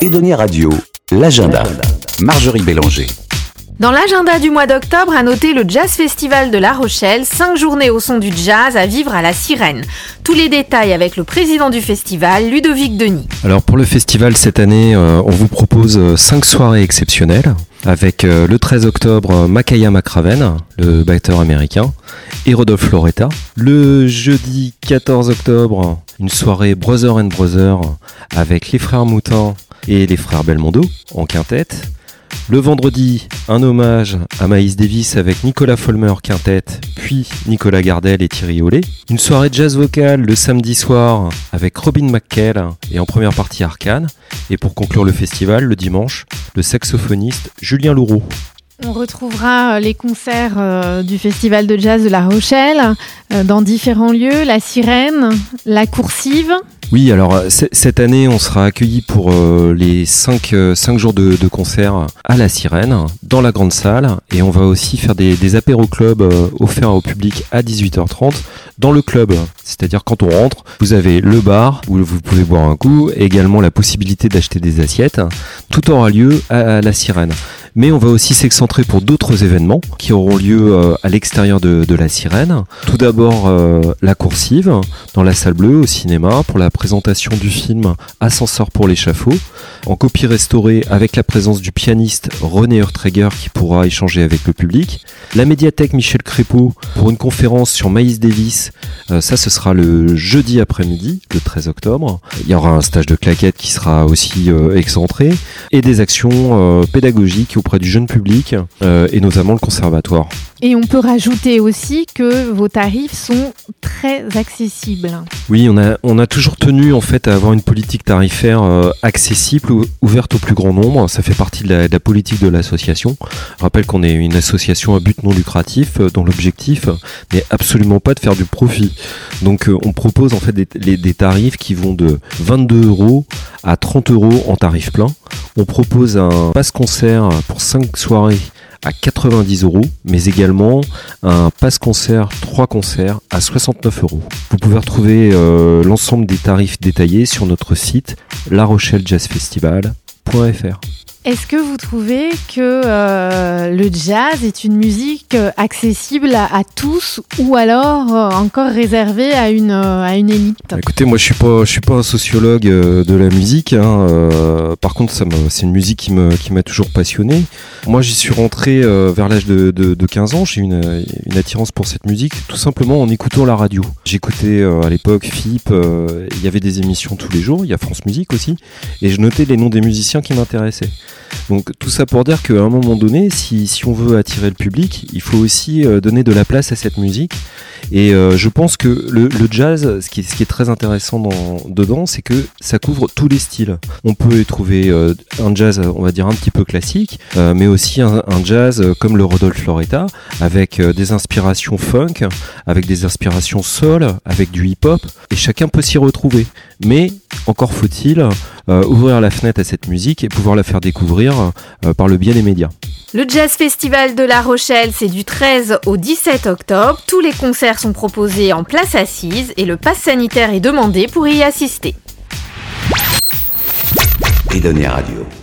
Edonia Radio, l'agenda. Marjorie Bélanger. Dans l'agenda du mois d'octobre, à noter le Jazz Festival de La Rochelle, 5 journées au son du jazz à vivre à la Sirène. Tous les détails avec le président du festival, Ludovic Denis. Alors pour le festival cette année, on vous propose 5 soirées exceptionnelles avec le 13 octobre Makaya McRaven, le batteur américain, et Rodolphe Loretta. Le jeudi 14 octobre, une soirée Brother and Brother avec les frères Moutin et les frères Belmondo en quintette. Le vendredi, un hommage à Miles Davis avec Nicolas Folmer quintette, puis Nicolas Gardel et Thierry Hollet. Une soirée jazz vocal le samedi soir avec Robin McKell et en première partie Arcane. Et pour conclure le festival, le dimanche, le saxophoniste Julien Loureau. On retrouvera les concerts du Festival de Jazz de La Rochelle dans différents lieux, la Sirène, la Coursive. Oui, alors cette année, on sera accueillis pour les 5 jours de concert à la Sirène, dans la grande salle. Et on va aussi faire des apéro-clubs offerts au public à 18h30 dans le club. C'est-à-dire quand on rentre, vous avez le bar où vous pouvez boire un coup, et également la possibilité d'acheter des assiettes. Tout aura lieu à la Sirène. Mais on va aussi s'excentrer pour d'autres événements qui auront lieu à l'extérieur de la Sirène. Tout d'abord, la Coursive, dans la salle bleue au cinéma, pour la présentation du film Ascenseur pour l'échafaud, en copie restaurée avec la présence du pianiste René Urträger qui pourra échanger avec le public. La médiathèque Michel Crépeau pour une conférence sur Miles Davis, ça ce sera le jeudi après-midi, le 13 octobre. Il y aura un stage de claquettes qui sera aussi excentré et des actions pédagogiques auprès du jeune public et notamment le conservatoire. Et on peut rajouter aussi que vos tarifs sont très accessibles. Oui, on a toujours tenu en fait à avoir une politique tarifaire accessible, ouverte au plus grand nombre. Ça fait partie de la politique de l'association. Je rappelle qu'on est une association à but non lucratif dont l'objectif n'est absolument pas de faire du profit. Donc on propose en fait des tarifs qui vont de 22 € à 30 € en tarif plein. On propose un passe-concert pour 5 soirées à 90 €, mais également un passe-concert 3 concerts à 69 €. Vous pouvez retrouver l'ensemble des tarifs détaillés sur notre site larochellejazzfestival.fr. Est-ce que vous trouvez que le jazz est une musique accessible à tous ou alors encore réservée à une élite ? Écoutez, moi je suis pas un sociologue de la musique. Par contre, c'est une musique qui m'a toujours passionné. Moi, j'y suis rentré vers l'âge de 15 ans. J'ai eu une attirance pour cette musique, tout simplement en écoutant la radio. J'écoutais à l'époque FIP. Il y avait des émissions tous les jours. Il y a France Musique aussi, et je notais les noms des musiciens qui m'intéressaient. Donc tout ça pour dire qu'à un moment donné, si on veut attirer le public, il faut aussi donner de la place à cette musique. Et je pense que le jazz, ce qui est très intéressant dedans, c'est que ça couvre tous les styles. On peut y trouver un jazz, on va dire un petit peu classique, mais aussi un jazz comme le Rodolphe Loretta, avec des inspirations funk, avec des inspirations soul, avec du hip-hop, et chacun peut s'y retrouver. Mais encore faut-il ouvrir la fenêtre à cette musique et pouvoir la faire découvrir par le biais des médias. Le Jazz Festival de La Rochelle, c'est du 13 au 17 octobre. Tous les concerts sont proposés en place assise et le pass sanitaire est demandé pour y assister. Edonia Radio.